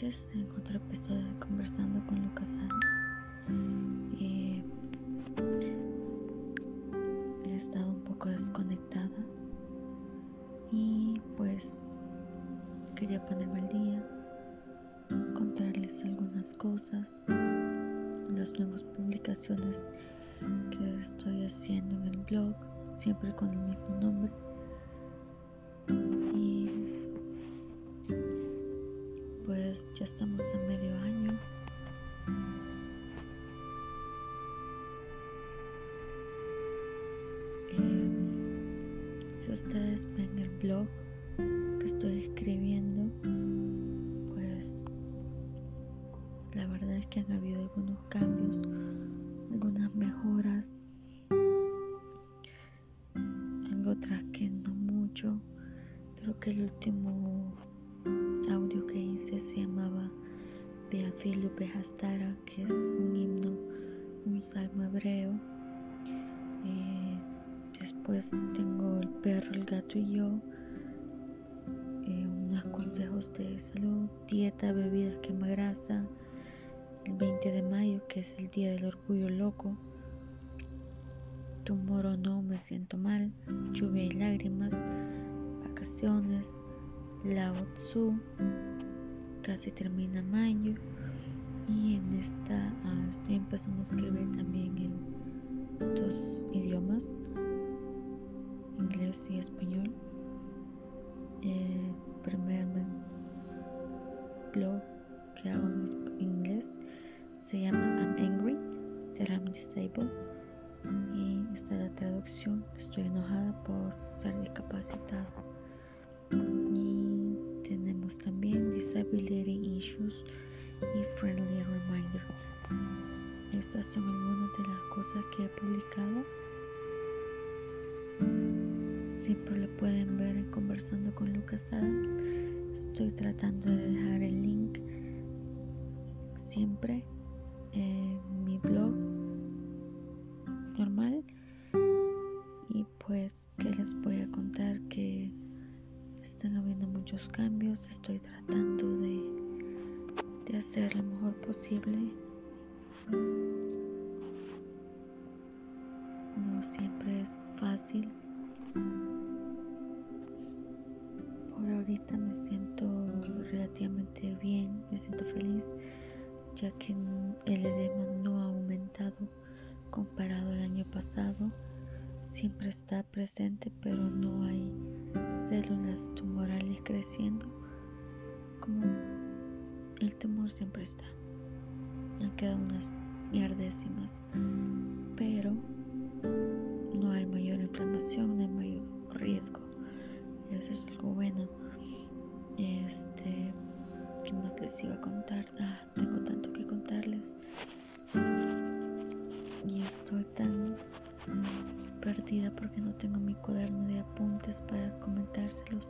noches en otro episodio de Conversando con Lucas Adams. He estado un poco desconectada y pues quería ponerme al día, contarles algunas cosas, las nuevas publicaciones que estoy haciendo en el blog, siempre con el mismo nombre. Y pues ya estamos a medio año. Si ustedes ven el blog que estoy escribiendo, pues la verdad es que han habido algunos cambios, algunas mejoras, otras que no mucho. Creo que el último audio que hice se llamaba Beafilu Behastara, que es un himno, un salmo hebreo. Después tengo el perro, el gato y yo, unos consejos de salud, dieta, bebidas quema grasa, el 20 de mayo que es el día del orgullo loco, tumor o no, me siento mal, lluvia y lágrimas, vacaciones, Lao Tzu, casi termina mayo. Y en esta estoy empezando a escribir también en 2 idiomas, inglés y español. El primer blog que hago en inglés se llama I'm Angry That I'm Disabled, y está la traducción: estoy enojada por ser discapacitada. Y tenemos también Disability Issues y Friendly Reminder. Estas son algunas de las cosas que he publicado. Siempre lo pueden ver en Conversando con Lucas Adams. Estoy tratando de dejar el link siempre en mi blog normal. Y pues que les voy a contar que están habiendo muchos cambios. Estoy tratando de hacer lo mejor posible. No siempre es fácil. Por ahorita me siento relativamente bien, me siento feliz, ya que el edema no ha aumentado comparado al año pasado. Siempre está presente, pero no hay células tumorales creciendo como el tumor siempre está. Han quedado unas mierdésimas, pero no hay mayor inflamación, no hay mayor riesgo. Eso es algo bueno. ¿Qué más les iba a contar? Tengo tanto que contarles y estoy tan perdida porque no tengo mi cuaderno de apuntes para comentárselos.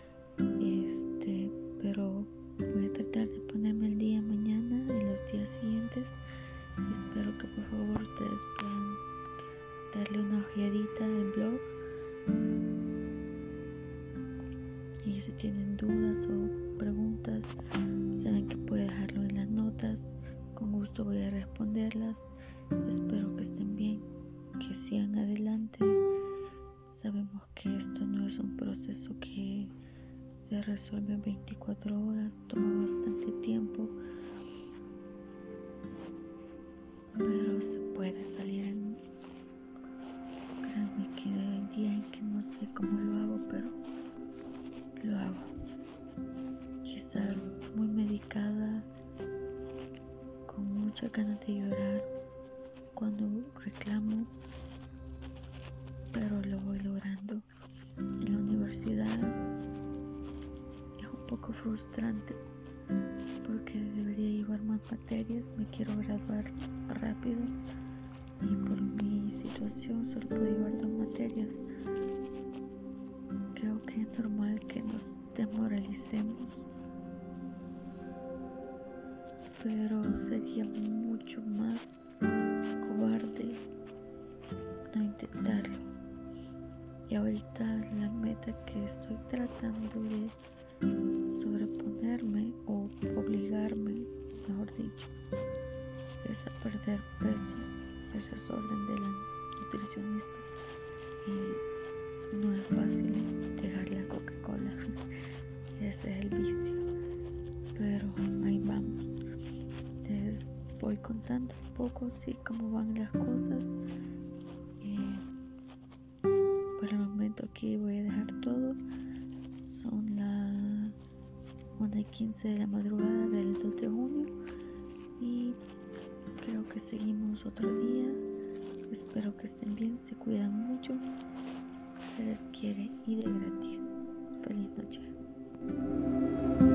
Pero voy a tratar de ponerme al día mañana y los días siguientes. Espero que por favor ustedes puedan darle una ojeadita al blog. Y si tienen dudas o preguntas, saben que pueden dejarlo en las notas. Con gusto voy a responderlas. Espero que estén bien, que sigan adelante. Sabemos que esto no es un proceso que se resuelve en 24 horas, toma bastante tiempo, pero se puede salir. Créanme que hay días en que no sé cómo lo hago, pero lo hago. Quizás muy medicada, con muchas ganas de llorar cuando reclamo, pero lo voy logrando. En la universidad es un poco frustrante porque debería llevar más materias. Me quiero graduar rápido y por mi situación solo puedo llevar 2 materias. Creo que es normal que nos desmoralicemos, pero sería mucho más cobarde no intentarlo. Y ahorita la meta que estoy tratando de sobreponerme o obligarme, mejor dicho, es a perder peso. Esa es orden de la nutricionista y no es fácil dejar la Coca-Cola. Ese es el vicio, pero ahí vamos. Les voy contando un poco así cómo van las cosas. Por el momento aquí voy a dejar todo. Son las 1:15 de la madrugada del 2 de junio y creo que seguimos otro día. Espero que estén bien, se cuidan mucho, se les quiere y de gratis. Feliz noche.